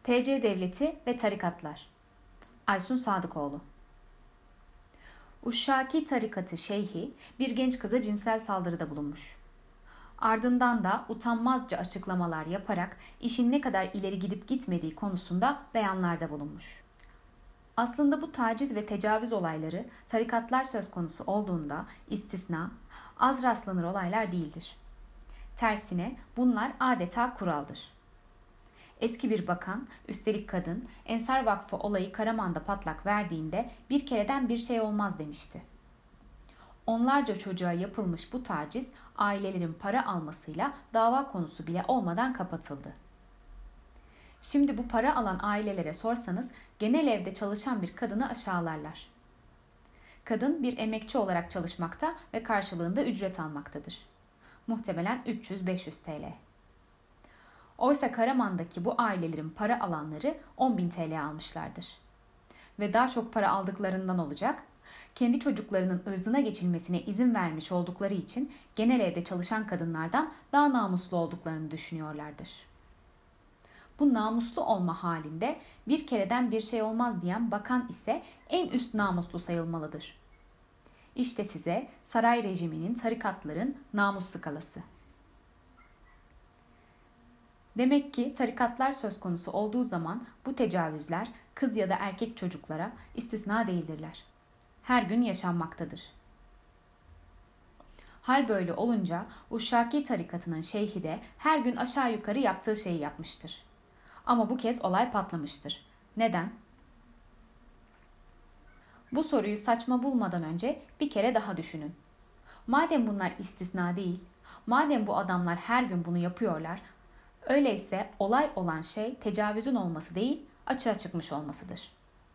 TC Devleti ve Tarikatlar. Aysun Sadıkoğlu. Uşşaki tarikatı şeyhi bir genç kıza cinsel saldırıda bulunmuş. Ardından da utanmazca açıklamalar yaparak işin ne kadar ileri gidip gitmediği konusunda beyanlarda bulunmuş. Aslında bu taciz ve tecavüz olayları tarikatlar söz konusu olduğunda istisna, az rastlanır olaylar değildir. Tersine bunlar adeta kuraldır. Eski bir bakan, üstelik kadın, Ensar Vakfı olayı Karaman'da patlak verdiğinde bir kereden bir şey olmaz demişti. Onlarca çocuğa yapılmış bu taciz ailelerin para almasıyla dava konusu bile olmadan kapatıldı. Şimdi bu para alan ailelere sorsanız genel evde çalışan bir kadını aşağılarlar. Kadın bir emekçi olarak çalışmakta ve karşılığında ücret almaktadır. Muhtemelen 300-500 TL. Oysa Karaman'daki bu ailelerin para alanları 10.000 TL almışlardır. Ve daha çok para aldıklarından olacak, kendi çocuklarının ırzına geçilmesine izin vermiş oldukları için genel evde çalışan kadınlardan daha namuslu olduklarını düşünüyorlardır. Bu namuslu olma halinde bir kereden bir şey olmaz diyen bakan ise en üst namuslu sayılmalıdır. İşte size saray rejiminin tarikatların namus skalası. Demek ki tarikatlar söz konusu olduğu zaman bu tecavüzler kız ya da erkek çocuklara istisna değildirler. Her gün yaşanmaktadır. Hal böyle olunca Uşşaki tarikatının şeyhi de her gün aşağı yukarı yaptığı şeyi yapmıştır. Ama bu kez olay patlamıştır. Neden? Bu soruyu saçma bulmadan önce bir kere daha düşünün. Madem bunlar istisna değil, madem bu adamlar her gün bunu yapıyorlar, öyleyse olay olan şey tecavüzün olması değil, açığa çıkmış olmasıdır.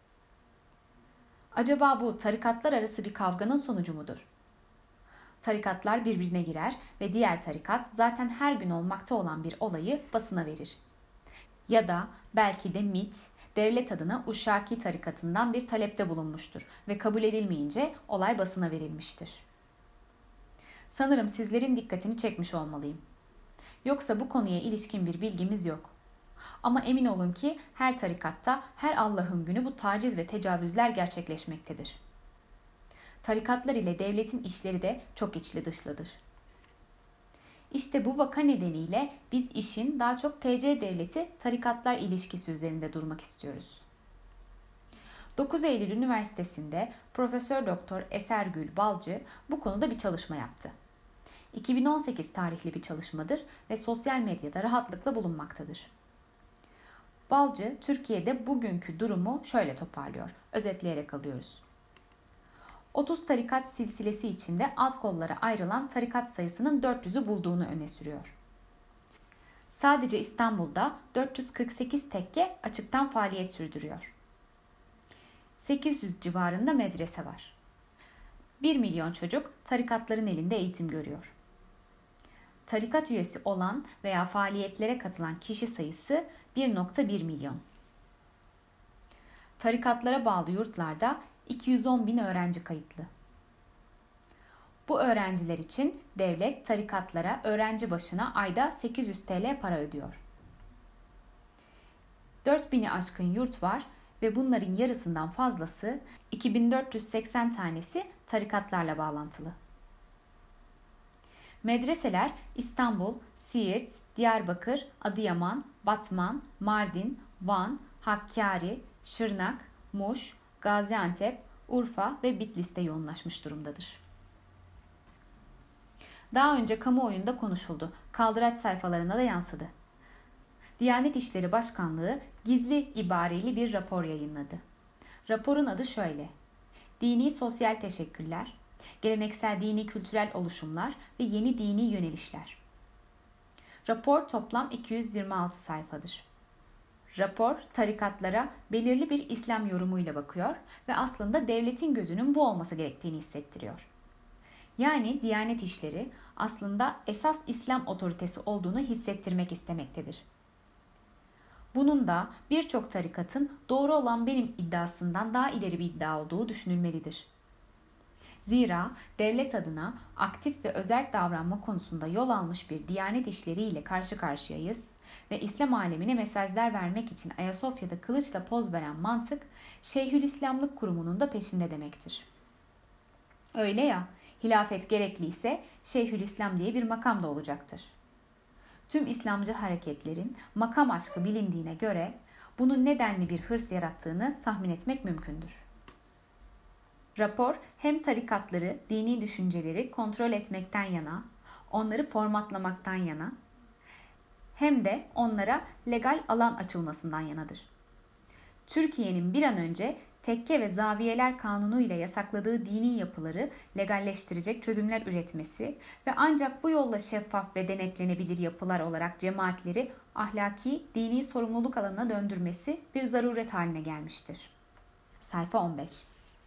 Acaba bu tarikatlar arası bir kavganın sonucu mudur? Tarikatlar birbirine girer ve diğer tarikat zaten her gün olmakta olan bir olayı basına verir. Ya da belki de MİT, devlet adına Uşşaki tarikatından bir talepte bulunmuştur ve kabul edilmeyince olay basına verilmiştir. Sanırım sizlerin dikkatini çekmiş olmalıyım. Yoksa bu konuya ilişkin bir bilgimiz yok. Ama emin olun ki her tarikatta her Allah'ın günü bu taciz ve tecavüzler gerçekleşmektedir. Tarikatlar ile devletin işleri de çok içli dışlıdır. İşte bu vaka nedeniyle biz işin daha çok TC devleti tarikatlar ilişkisi üzerinde durmak istiyoruz. 9 Eylül Üniversitesi'nde Profesör Doktor Esergül Balcı bu konuda bir çalışma yaptı. 2018 tarihli bir çalışmadır ve sosyal medyada rahatlıkla bulunmaktadır. Balcı, Türkiye'de bugünkü durumu şöyle toparlıyor. Özetleyerek alıyoruz. 30 tarikat silsilesi içinde alt kollara ayrılan tarikat sayısının 400'ü bulduğunu öne sürüyor. Sadece İstanbul'da 448 tekke açıktan faaliyet sürdürüyor. 800 civarında medrese var. 1 milyon çocuk tarikatların elinde eğitim görüyor. Tarikat üyesi olan veya faaliyetlere katılan kişi sayısı 1,1 milyon. Tarikatlara bağlı yurtlarda 210.000 öğrenci kayıtlı. Bu öğrenciler için devlet tarikatlara öğrenci başına ayda 800 TL para ödüyor. 4.000'i aşkın yurt var ve bunların yarısından fazlası 2480 tanesi tarikatlarla bağlantılı. Medreseler İstanbul, Siirt, Diyarbakır, Adıyaman, Batman, Mardin, Van, Hakkari, Şırnak, Muş, Gaziantep, Urfa ve Bitlis'te yoğunlaşmış durumdadır. Daha önce kamuoyunda konuşuldu, kaldıraç sayfalarına da yansıdı. Diyanet İşleri Başkanlığı gizli ibareli bir rapor yayınladı. Raporun adı şöyle: Dini sosyal teşekküller, geleneksel dini kültürel oluşumlar ve yeni dini yönelişler. Rapor toplam 226 sayfadır. Rapor tarikatlara belirli bir İslam yorumuyla bakıyor ve aslında devletin gözünün bu olması gerektiğini hissettiriyor. Yani Diyanet İşleri aslında esas İslam otoritesi olduğunu hissettirmek istemektedir. Bunun da birçok tarikatın doğru olan benim iddiasından daha ileri bir iddia olduğu düşünülmelidir. Zira devlet adına aktif ve özerk davranma konusunda yol almış bir Diyanet işleriyle karşı karşıyayız ve İslam alemine mesajlar vermek için Ayasofya'da kılıçla poz veren mantık, Şeyhülislamlık kurumunun da peşinde demektir. Öyle ya, hilafet gerekliyse Şeyhülislam diye bir makam da olacaktır. Tüm İslamcı hareketlerin makam aşkı bilindiğine göre bunun nedenli bir hırs yarattığını tahmin etmek mümkündür. Rapor hem tarikatları, dini düşünceleri kontrol etmekten yana, onları formatlamaktan yana, hem de onlara legal alan açılmasından yanadır. Türkiye'nin bir an önce tekke ve zaviyeler kanunu ile yasakladığı dini yapıları legalleştirecek çözümler üretmesi ve ancak bu yolla şeffaf ve denetlenebilir yapılar olarak cemaatleri ahlaki, dini sorumluluk alanına döndürmesi bir zaruret haline gelmiştir. Sayfa 15.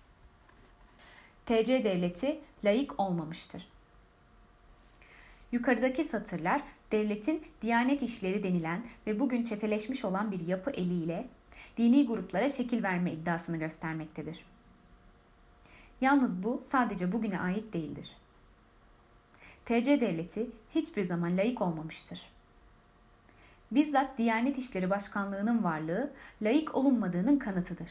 TC devleti laik olmamıştır. Yukarıdaki satırlar devletin Diyanet işleri denilen ve bugün çeteleşmiş olan bir yapı eliyle dini gruplara şekil verme iddiasını göstermektedir. Yalnız bu sadece bugüne ait değildir. TC devleti hiçbir zaman laik olmamıştır. Bizzat Diyanet İşleri Başkanlığı'nın varlığı laik olunmadığının kanıtıdır.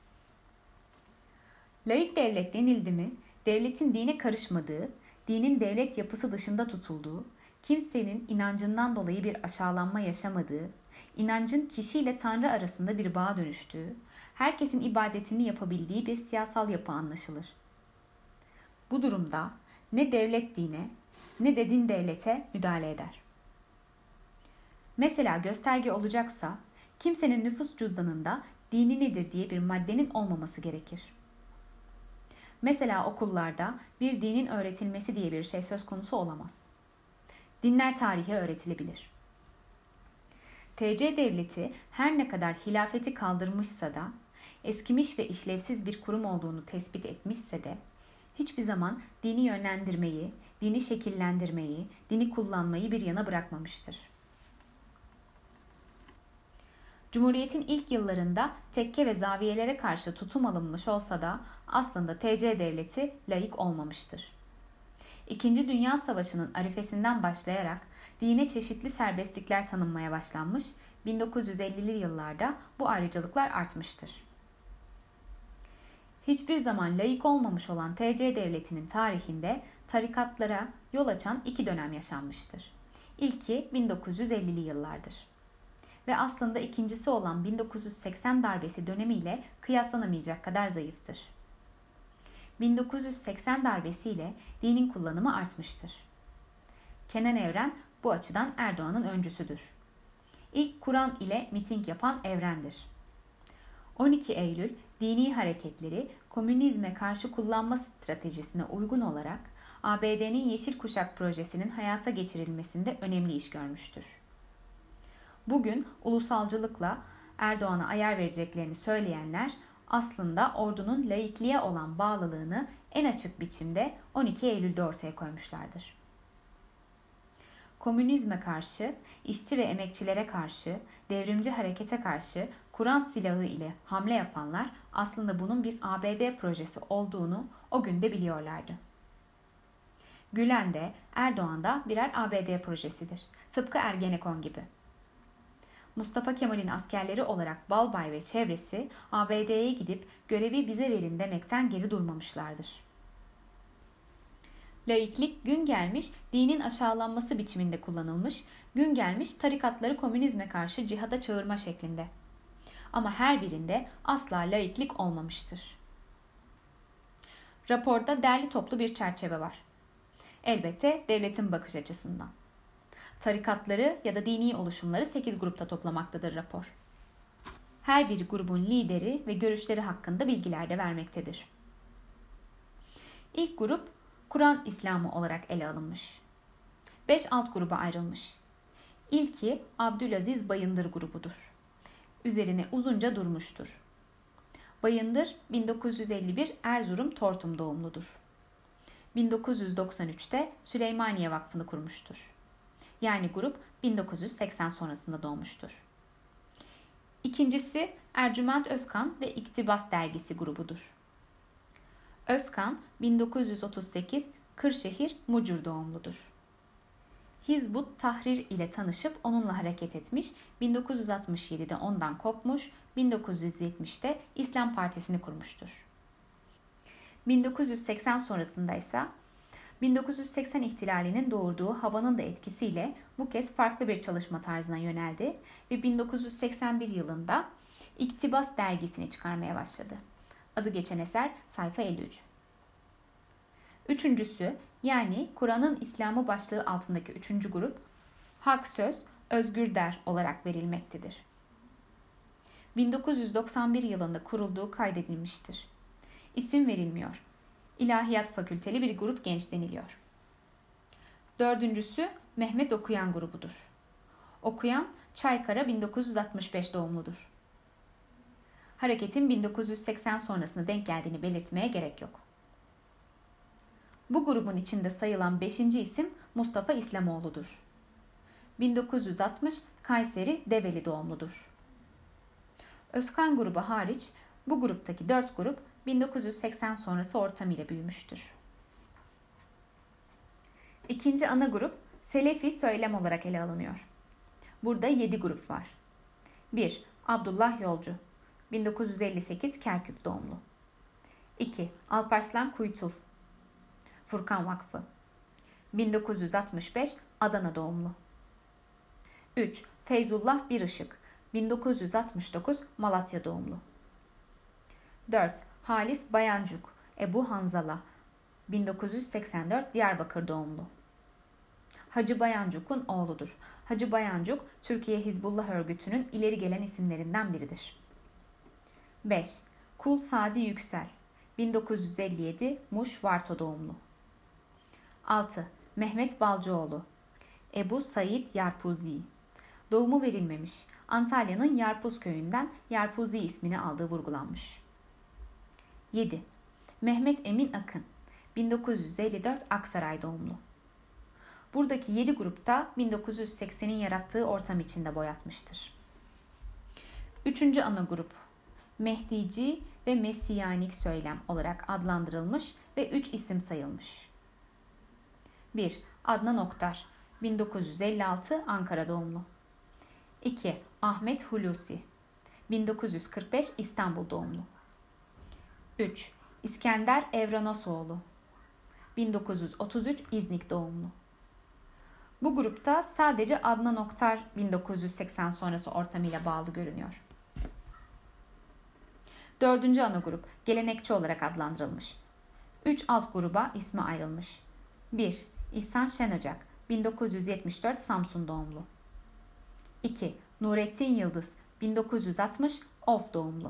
Laik devlet denildi mi, devletin dine karışmadığı, dinin devlet yapısı dışında tutulduğu, kimsenin inancından dolayı bir aşağılanma yaşamadığı, inancın kişiyle Tanrı arasında bir bağa dönüştüğü, herkesin ibadetini yapabildiği bir siyasal yapı anlaşılır. Bu durumda ne devlet dine ne de din devlete müdahale eder. Mesela gösterge olacaksa kimsenin nüfus cüzdanında dini nedir diye bir maddenin olmaması gerekir. Mesela okullarda bir dinin öğretilmesi diye bir şey söz konusu olamaz. Dinler tarihi öğretilebilir. TC devleti her ne kadar hilafeti kaldırmışsa da, eskimiş ve işlevsiz bir kurum olduğunu tespit etmişse de, hiçbir zaman dini yönlendirmeyi, dini şekillendirmeyi, dini kullanmayı bir yana bırakmamıştır. Cumhuriyetin ilk yıllarında tekke ve zaviyelere karşı tutum alınmış olsa da aslında TC devleti laik olmamıştır. İkinci Dünya Savaşı'nın arifesinden başlayarak dine çeşitli serbestlikler tanınmaya başlanmış, 1950'li yıllarda bu ayrıcalıklar artmıştır. Hiçbir zaman laik olmamış olan TC devletinin tarihinde tarikatlara yol açan iki dönem yaşanmıştır. İlki 1950'li yıllardır. Ve aslında ikincisi olan 1980 darbesi dönemiyle kıyaslanamayacak kadar zayıftır. 1980 darbesiyle dinin kullanımı artmıştır. Kenan Evren bu açıdan Erdoğan'ın öncüsüdür. İlk Kur'an ile miting yapan Evren'dir. 12 Eylül dini hareketleri komünizme karşı kullanma stratejisine uygun olarak ABD'nin Yeşil Kuşak projesinin hayata geçirilmesinde önemli iş görmüştür. Bugün ulusalcılıkla Erdoğan'a ayar vereceklerini söyleyenler aslında ordunun laikliğe olan bağlılığını en açık biçimde 12 Eylül'de ortaya koymuşlardır. Komünizme karşı, işçi ve emekçilere karşı, devrimci harekete karşı Kur'an silahı ile hamle yapanlar aslında bunun bir ABD projesi olduğunu o gün de biliyorlardı. Gülen de Erdoğan da birer ABD projesidir. Tıpkı Ergenekon gibi. Mustafa Kemal'in askerleri olarak Balbay ve çevresi ABD'ye gidip görevi bize verin demekten geri durmamışlardır. Laiklik gün gelmiş dinin aşağılanması biçiminde kullanılmış, gün gelmiş tarikatları komünizme karşı cihada çağırma şeklinde. Ama her birinde asla laiklik olmamıştır. Raporda derli toplu bir çerçeve var. Elbette devletin bakış açısından. Tarikatları ya da dini oluşumları 8 grupta toplamaktadır rapor. Her bir grubun lideri ve görüşleri hakkında bilgiler de vermektedir. İlk grup Kur'an İslamı olarak ele alınmış. 5 alt gruba ayrılmış. İlki Abdülaziz Bayındır grubudur. Üzerine uzunca durmuştur. Bayındır 1951 Erzurum Tortum doğumludur. 1993'te Süleymaniye Vakfı'nı kurmuştur. Yani grup 1980 sonrasında doğmuştur. İkincisi Ercüment Özkan ve İktibas Dergisi grubudur. Özkan 1938 Kırşehir Mucur doğumludur. Hizbut Tahrir ile tanışıp onunla hareket etmiş, 1967'de ondan kopmuş, 1970'te İslam Partisi'ni kurmuştur. 1980 sonrasında ise 1980 ihtilalinin doğurduğu havanın da etkisiyle bu kez farklı bir çalışma tarzına yöneldi ve 1981 yılında İktibas dergisini çıkarmaya başladı. Adı geçen eser sayfa 53. Üçüncüsü, yani Kur'an'ın İslam'ı başlığı altındaki üçüncü grup Hak Söz, Özgür Der olarak verilmektedir. 1991 yılında kurulduğu kaydedilmiştir. İsim verilmiyor. İlahiyat Fakülteli bir grup genç deniliyor. Dördüncüsü Mehmet Okuyan grubudur. Okuyan Çaykara 1965 doğumludur. Hareketin 1980 sonrasına denk geldiğini belirtmeye gerek yok. Bu grubun içinde sayılan 5. isim Mustafa İslamoğlu'dur. 1960 Kayseri Develi doğumludur. Özkan grubu hariç bu gruptaki 4 grup 1980 sonrası ortamıyla büyümüştür. İkinci ana grup Selefi söylem olarak ele alınıyor. Burada 7 grup var. 1. Abdullah Yolcu 1958 Kerkük doğumlu. 2. Alparslan Kuytul Furkan Vakfı 1965 Adana doğumlu. 3. Feyzullah Birışık 1969 Malatya doğumlu. 4. Halis Bayancuk Ebu Hanzala 1984 Diyarbakır doğumlu. Hacı Bayancuk'un oğludur. Hacı Bayancuk, Türkiye Hizbullah Örgütü'nün ileri gelen isimlerinden biridir. 5. Kul Sadi Yüksel 1957 Muş Varto doğumlu. 6. Mehmet Balcıoğlu Ebu Said Yarpuzi doğumu verilmemiş. Antalya'nın Yarpuz köyünden Yarpuzi ismini aldığı vurgulanmış. 7. Mehmet Emin Akın 1954 Aksaray doğumlu. Buradaki 7 grupta 1980'in yarattığı ortam içinde boyatmıştır. 3. ana grup Mehdici ve Mesiyanik söylem olarak adlandırılmış ve 3 isim sayılmış. 1. Adnan Oktar 1956 Ankara doğumlu. 2. Ahmet Hulusi 1945 İstanbul doğumlu. 3. İskender Evranosoğlu 1933 İznik doğumlu. Bu grupta sadece Adnan Oktar 1980 sonrası ortamıyla bağlı görünüyor. 4. ana grup gelenekçi olarak adlandırılmış. 3 alt gruba ismi ayrılmış. 1. İhsan Şenocak 1974 Samsun doğumlu. 2. Nurettin Yıldız 1960 Of doğumlu.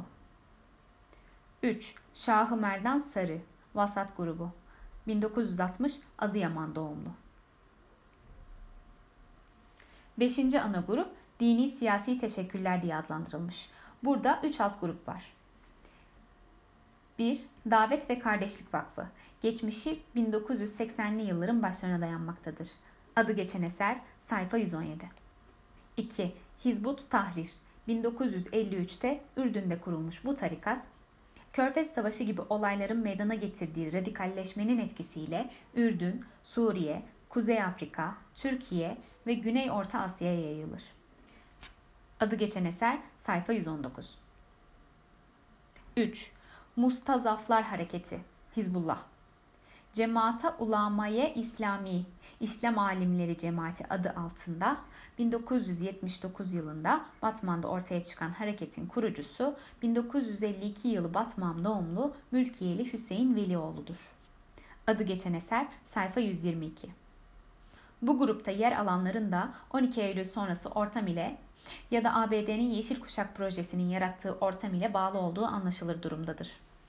3. Şahı Merdan Sarı Vasat grubu 1960 Adıyaman doğumlu. 5. ana grup dini siyasi teşekküller diye adlandırılmış. Burada 3 alt grup var. 1. Davet ve Kardeşlik Vakfı. Geçmişi 1980'li yılların başlarına dayanmaktadır. Adı geçen eser sayfa 117. 2. Hizbut Tahrir. 1953'te Ürdün'de kurulmuş bu tarikat, Körfez Savaşı gibi olayların meydana getirdiği radikalleşmenin etkisiyle Ürdün, Suriye, Kuzey Afrika, Türkiye ve Güney Orta Asya'ya yayılır. Adı geçen eser sayfa 119. 3. Mustazaflar Hareketi Hizbullah. Cemaat-ı Ulamaye İslami, İslam Alimleri Cemaati adı altında 1979 yılında Batman'da ortaya çıkan hareketin kurucusu 1952 yılı Batman doğumlu Mülkiyeli Hüseyin Velioğlu'dur. Adı geçen eser sayfa 122. Bu grupta yer alanların da 12 Eylül sonrası ortam ile ya da ABD'nin Yeşil Kuşak projesinin yarattığı ortam ile bağlı olduğu anlaşılır durumdadır.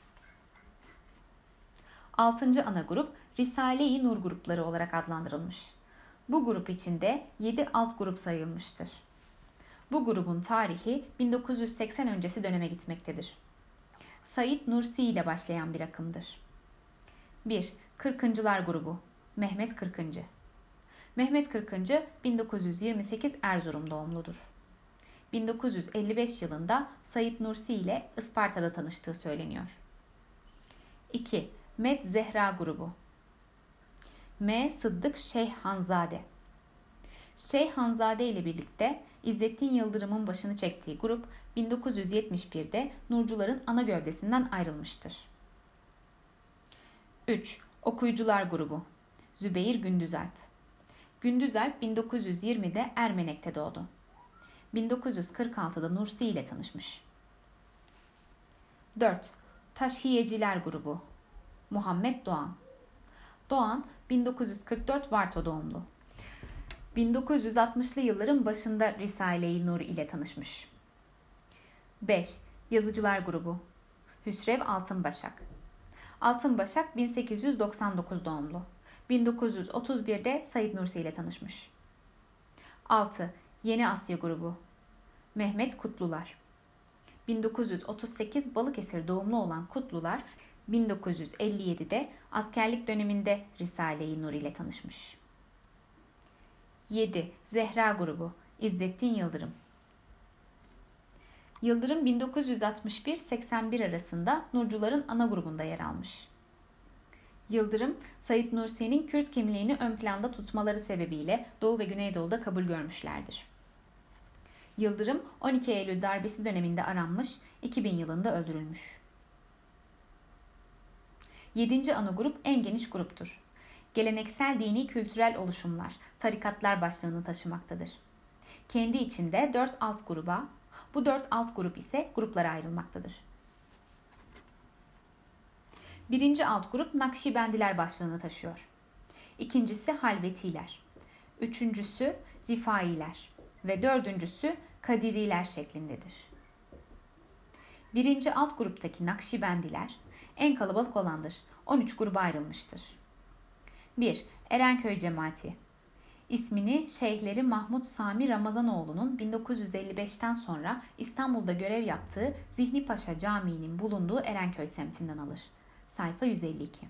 6. ana grup Risale-i Nur grupları olarak adlandırılmış. Bu grup içinde 7 alt grup sayılmıştır. Bu grubun tarihi 1980 öncesi döneme gitmektedir. Said Nursi ile başlayan bir akımdır. 1. Kırkıncılar grubu Mehmet Kırkıncı. Mehmet Kırkıncı 1928 Erzurum doğumludur. 1955 yılında Said Nursi ile Isparta'da tanıştığı söyleniyor. 2. Med Zehra grubu. M. Sıddık Şeyh Hanzade. Şeyh Hanzade ile birlikte İzzettin Yıldırım'ın başını çektiği grup 1971'de Nurcuların ana gövdesinden ayrılmıştır. 3. Okuyucular grubu. Zübeyir Gündüzalp. Gündüzalp 1920'de Ermenek'te doğdu. 1946'da Nursi ile tanışmış. 4. Taşhiyeciler grubu. Muhammed Doğan. Doğan 1944 Varto doğumlu. 1960'lı yılların başında Risale-i Nur ile tanışmış. 5. Yazıcılar grubu. Hüsrev Altınbaşak. Altınbaşak 1899 doğumlu. 1931'de Said Nursi ile tanışmış. 6. Yeni Asya grubu. Mehmet Kutlular. 1938 Balıkesir doğumlu olan Kutlular 1957'de askerlik döneminde Risale-i Nur ile tanışmış. 7. Zehra grubu. İzzettin Yıldırım. Yıldırım 1961-81 arasında Nurcuların ana grubunda yer almış. Yıldırım, Said Nursi'nin Kürt kimliğini ön planda tutmaları sebebiyle Doğu ve Güneydoğu'da kabul görmüşlerdir. Yıldırım 12 Eylül darbesi döneminde aranmış, 2000 yılında öldürülmüş. 7. ana grup en geniş gruptur. Geleneksel dini kültürel oluşumlar, tarikatlar başlığını taşımaktadır. Kendi içinde 4 alt gruba, bu 4 alt grup ise gruplara ayrılmaktadır. 1. alt grup Nakşibendiler başlığını taşıyor. İkincisi Halvetiler. Üçüncüsü Rifailer ve dördüncüsü Kadiriler şeklindedir. 1. alt gruptaki Nakşibendiler en kalabalık olandır. 13 gruba ayrılmıştır. 1. Erenköy Cemaati. İsmini Şeyhleri Mahmud Sami Ramazanoğlu'nun 1955'ten sonra İstanbul'da görev yaptığı Zihni Paşa Camii'nin bulunduğu Erenköy semtinden alır. Sayfa 152.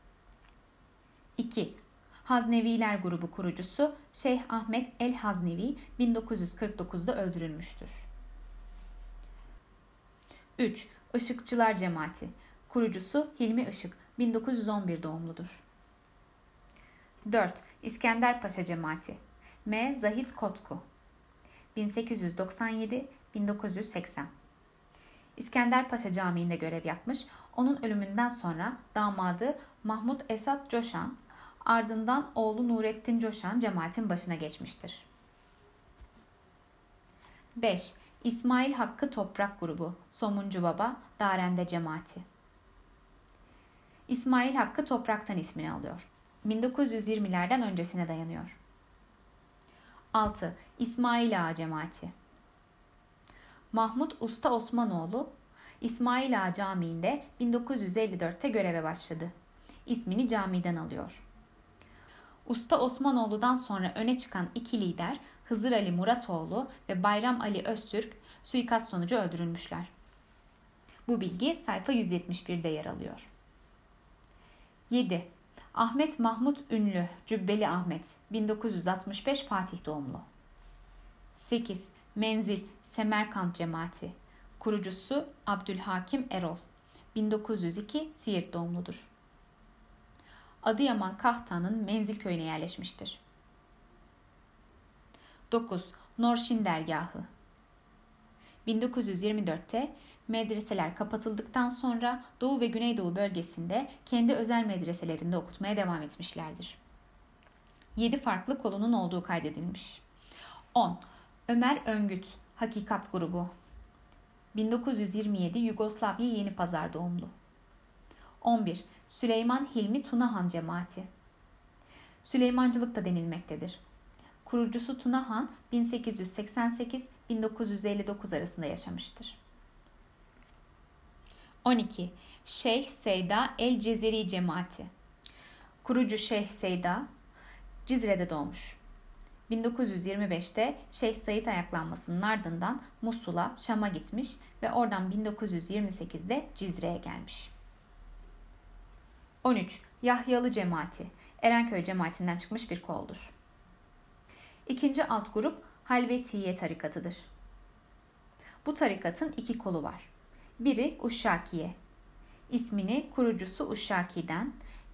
2. Hazneviler grubu kurucusu Şeyh Ahmet el Haznevi 1949'da öldürülmüştür. 3. Işıkçılar Cemaati. Kurucusu Hilmi Işık 1911 doğumludur. 4. İskenderpaşa Cemaati. M. Zahit Kotku 1897-1980. İskenderpaşa Camii'nde görev yapmış, onun ölümünden sonra damadı Mahmut Esat Coşan, ardından oğlu Nurettin Coşan cemaatin başına geçmiştir. 5. İsmail Hakkı Toprak grubu, Somuncu Baba, Darende Cemaati. İsmail Hakkı Toprak'tan ismini alıyor. 1920'lerden öncesine dayanıyor. 6. İsmail Ağa Cemaati. Mahmut Usta Osmanoğlu, İsmail Ağa Camii'nde 1954'te göreve başladı. İsmini camiden alıyor. Usta Osmanoğlu'dan sonra öne çıkan iki lider Hızır Ali Muratoğlu ve Bayram Ali Öztürk suikast sonucu öldürülmüşler. Bu bilgi sayfa 171'de yer alıyor. 7. Ahmet Mahmut Ünlü, Cübbeli Ahmet, 1965 Fatih doğumlu. 8. Menzil, Semerkant Cemaati. Kurucusu Abdülhakim Erol, 1902 Siirt doğumludur. Adıyaman Kahtan'ın Menzil köyüne yerleşmiştir. 9. Norşin Dergahı. 1924'te medreseler kapatıldıktan sonra Doğu ve Güneydoğu bölgesinde kendi özel medreselerinde okutmaya devam etmişlerdir. 7 farklı kolunun olduğu kaydedilmiş. 10. Ömer Öngüt, Hakikat grubu. 1927 Yugoslavya Yenipazar doğumlu. 11. Süleyman Hilmi Tunahan Cemaati. Süleymancılık da denilmektedir. Kurucusu Tunahan 1888-1959 arasında yaşamıştır. 12. Şeyh Seyda El Cezeri Cemaati. Kurucu Şeyh Seyda Cizre'de doğmuş. 1925'te Şeyh Said ayaklanmasının ardından Musul'a, Şam'a gitmiş ve oradan 1928'de Cizre'ye gelmiş. 13. Yahyalı Cemaati. Erenköy cemaatinden çıkmış bir koldur. İkinci alt grup Halvetiye tarikatıdır. Bu tarikatın iki kolu var. Biri Uşşakiye. ismini kurucusu Uşşaki'den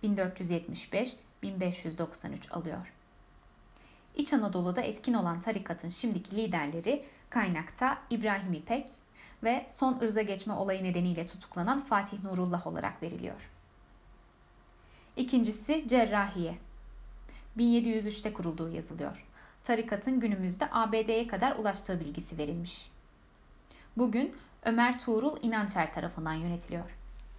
1475-1593 alıyor. İç Anadolu'da etkin olan tarikatın şimdiki liderleri kaynakta İbrahim İpek ve son ırza geçme olayı nedeniyle tutuklanan Fatih Nurullah olarak veriliyor. İkincisi Cerrahiye. 1703'te kurulduğu yazılıyor. Tarikatın günümüzde ABD'ye kadar ulaştığı bilgisi verilmiş. Bugün Ömer Tuğrul İnançer tarafından yönetiliyor.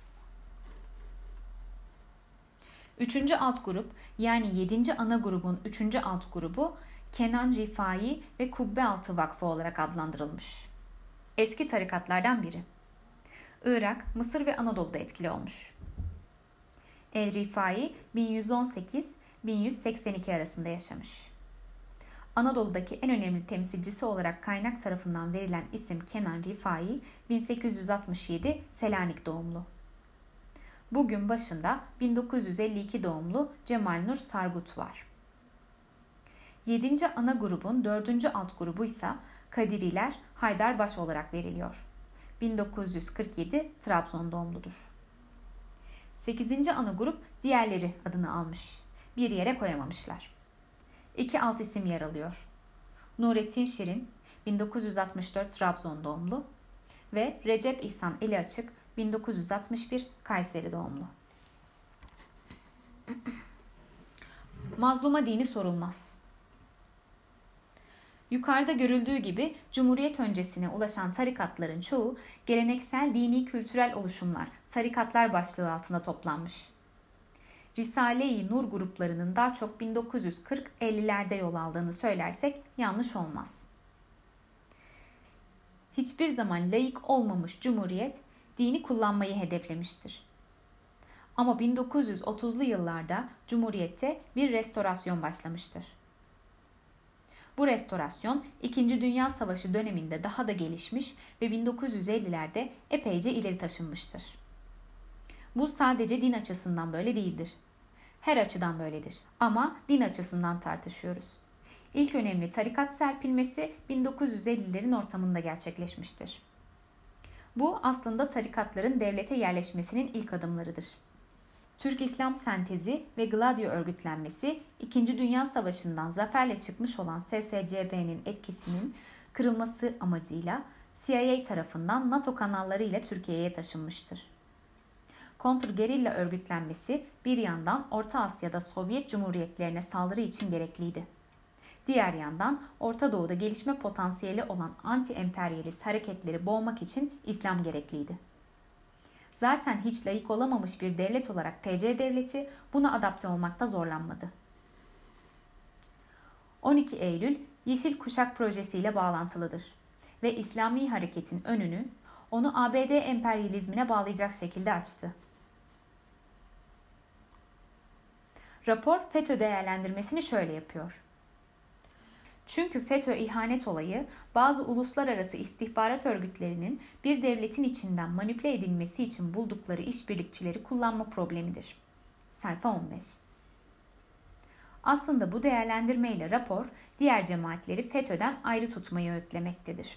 Üçüncü alt grup yani 7. ana grubun 3. alt grubu Kenan Rifai ve Kubbealtı Vakfı olarak adlandırılmış. Eski tarikatlardan biri. Irak, Mısır ve Anadolu'da etkili olmuş. El Rifai 1118-1182 arasında yaşamış. Anadolu'daki en önemli temsilcisi olarak kaynak tarafından verilen isim Kenan Rifai 1867 Selanik doğumlu. Bugün başında 1952 doğumlu Cemal Nur Sargut var. 7. ana grubun 4. alt grubu ise Kadiriler Haydarbaş olarak veriliyor. 1947 Trabzon doğumludur. 8. ana grup diğerleri adını almış. Bir yere koyamamışlar. 2 alt isim yer alıyor. Nurettin Şirin 1964 Trabzon doğumlu ve Recep İhsan Eli Açık 1961 Kayseri doğumlu. Mazluma dini sorulmaz. Yukarıda görüldüğü gibi Cumhuriyet öncesine ulaşan tarikatların çoğu geleneksel dini kültürel oluşumlar, tarikatlar başlığı altında toplanmış. Risale-i Nur gruplarının daha çok 1940-50'lerde yol aldığını söylersek yanlış olmaz. Hiçbir zaman laik olmamış Cumhuriyet dini kullanmayı hedeflemiştir. Ama 1930'lu yıllarda Cumhuriyet'te bir restorasyon başlamıştır. Bu restorasyon 2. Dünya Savaşı döneminde daha da gelişmiş ve 1950'lerde epeyce ileri taşınmıştır. Bu sadece din açısından böyle değildir. Her açıdan böyledir. Ama din açısından tartışıyoruz. İlk önemli tarikat serpilmesi 1950'lerin ortamında gerçekleşmiştir. Bu aslında tarikatların devlete yerleşmesinin ilk adımlarıdır. Türk İslam sentezi ve Gladio örgütlenmesi 2. Dünya Savaşı'ndan zaferle çıkmış olan SSCB'nin etkisinin kırılması amacıyla CIA tarafından NATO kanalları ile Türkiye'ye taşınmıştır. Kontrgerilla örgütlenmesi bir yandan Orta Asya'da Sovyet Cumhuriyetlerine saldırı için gerekliydi. Diğer yandan Orta Doğu'da gelişme potansiyeli olan anti-emperyalist hareketleri boğmak için İslam gerekliydi. Zaten hiç laik olamamış bir devlet olarak TC Devleti buna adapte olmakta zorlanmadı. 12 Eylül Yeşil Kuşak projesiyle bağlantılıdır ve İslami hareketin önünü onu ABD emperyalizmine bağlayacak şekilde açtı. Rapor FETÖ değerlendirmesini şöyle yapıyor. Çünkü FETÖ ihanet olayı bazı uluslararası istihbarat örgütlerinin bir devletin içinden manipüle edilmesi için buldukları işbirlikçileri kullanma problemidir. Sayfa 15. Aslında bu değerlendirmeyle rapor diğer cemaatleri FETÖ'den ayrı tutmayı öğütlemektedir.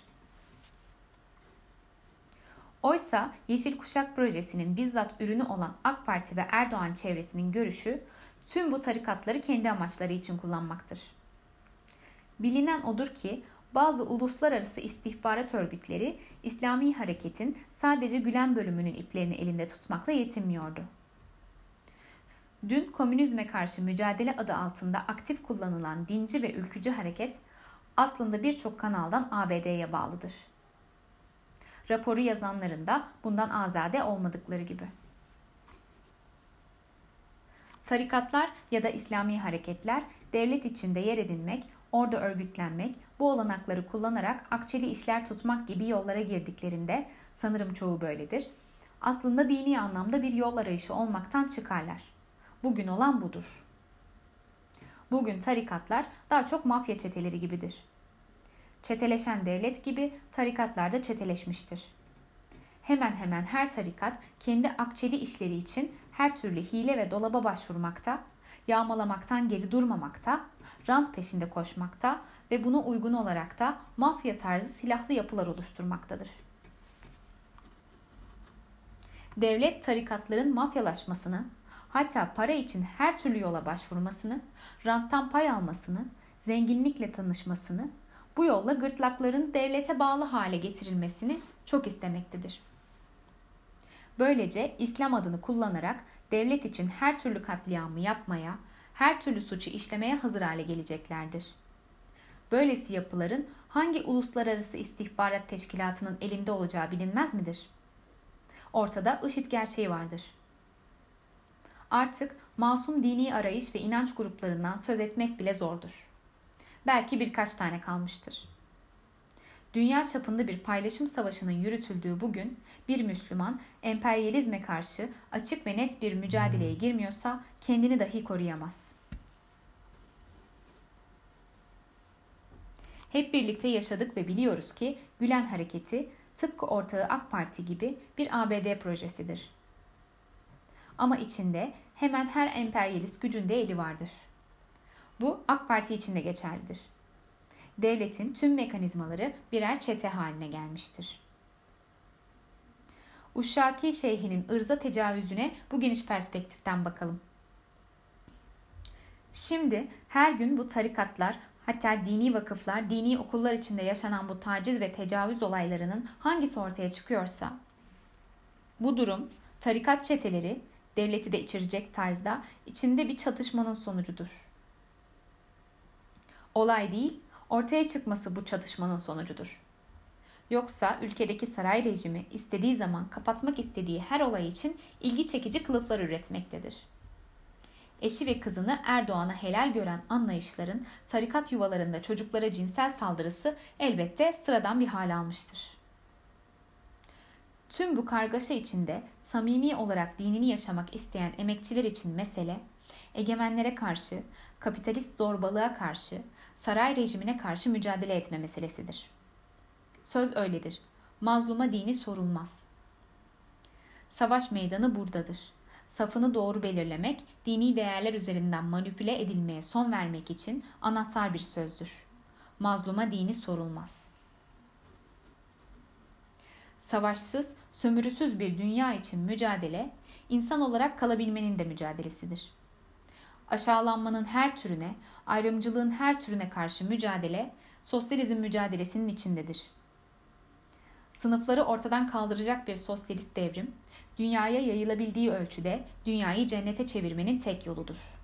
Oysa Yeşil Kuşak projesinin bizzat ürünü olan AK Parti ve Erdoğan çevresinin görüşü tüm bu tarikatları kendi amaçları için kullanmaktır. Bilinen odur ki bazı uluslararası istihbarat örgütleri İslami hareketin sadece Gülen bölümünün iplerini elinde tutmakla yetinmiyordu. Dün komünizme karşı mücadele adı altında aktif kullanılan dinci ve ülkücü hareket aslında birçok kanaldan ABD'ye bağlıdır. Raporu yazanların da bundan azade olmadıkları gibi. Tarikatlar ya da İslami hareketler devlet içinde yer edinmek, orada örgütlenmek, bu olanakları kullanarak akçeli işler tutmak gibi yollara girdiklerinde, sanırım çoğu böyledir, aslında dini anlamda bir yol arayışı olmaktan çıkarlar. Bugün olan budur. Bugün tarikatlar daha çok mafya çeteleri gibidir. Çeteleşen devlet gibi tarikatlar da çeteleşmiştir. Hemen hemen her tarikat kendi akçeli işleri için her türlü hile ve dolaba başvurmakta, yağmalamaktan geri durmamakta, rant peşinde koşmakta ve buna uygun olarak da mafya tarzı silahlı yapılar oluşturmaktadır. Devlet tarikatların mafyalaşmasını, hatta para için her türlü yola başvurmasını, ranttan pay almasını, zenginlikle tanışmasını, bu yolla gırtlakların devlete bağlı hale getirilmesini çok istemektedir. Böylece İslam adını kullanarak devlet için her türlü katliamı yapmaya, her türlü suçu işlemeye hazır hale geleceklerdir. Böylesi yapıların hangi uluslararası istihbarat teşkilatının elinde olacağı bilinmez midir? Ortada IŞİD gerçeği vardır. Artık masum dini arayış ve inanç gruplarından söz etmek bile zordur. Belki birkaç tane kalmıştır. Dünya çapında bir paylaşım savaşının yürütüldüğü bugün bir Müslüman emperyalizme karşı açık ve net bir mücadeleye girmiyorsa kendini dahi koruyamaz. Hep birlikte yaşadık ve biliyoruz ki Gülen Hareketi tıpkı ortağı AK Parti gibi bir ABD projesidir. Ama içinde hemen her emperyalist gücün de eli vardır. Bu AK Parti için de geçerlidir. Devletin tüm mekanizmaları birer çete haline gelmiştir. Uşşaki Şeyhi'nin ırza tecavüzüne bu geniş perspektiften bakalım. Şimdi her gün bu tarikatlar, hatta dini vakıflar, dini okullar içinde yaşanan bu taciz ve tecavüz olaylarının hangisi ortaya çıkıyorsa, bu durum tarikat çeteleri, devleti de içerecek tarzda içinde bir çatışmanın sonucudur. Olay değil, ortaya çıkması bu çatışmanın sonucudur. Yoksa ülkedeki saray rejimi istediği zaman kapatmak istediği her olay için ilgi çekici kılıflar üretmektedir. Eşi ve kızını Erdoğan'a helal gören anlayışların tarikat yuvalarında çocuklara cinsel saldırısı elbette sıradan bir hal almıştır. Tüm bu kargaşa içinde samimi olarak dinini yaşamak isteyen emekçiler için mesele, egemenlere karşı, kapitalist zorbalığa karşı, saray rejimine karşı mücadele etme meselesidir. Söz öyledir. Mazluma dini sorulmaz. Savaş meydanı buradadır. Safını doğru belirlemek, dini değerler üzerinden manipüle edilmeye son vermek için anahtar bir sözdür. Mazluma dini sorulmaz. Savaşsız, sömürüsüz bir dünya için mücadele, insan olarak kalabilmenin de mücadelesidir. Aşağılanmanın her türüne, ayrımcılığın her türüne karşı mücadele, sosyalizm mücadelesinin içindedir. Sınıfları ortadan kaldıracak bir sosyalist devrim, dünyaya yayılabildiği ölçüde dünyayı cennete çevirmenin tek yoludur.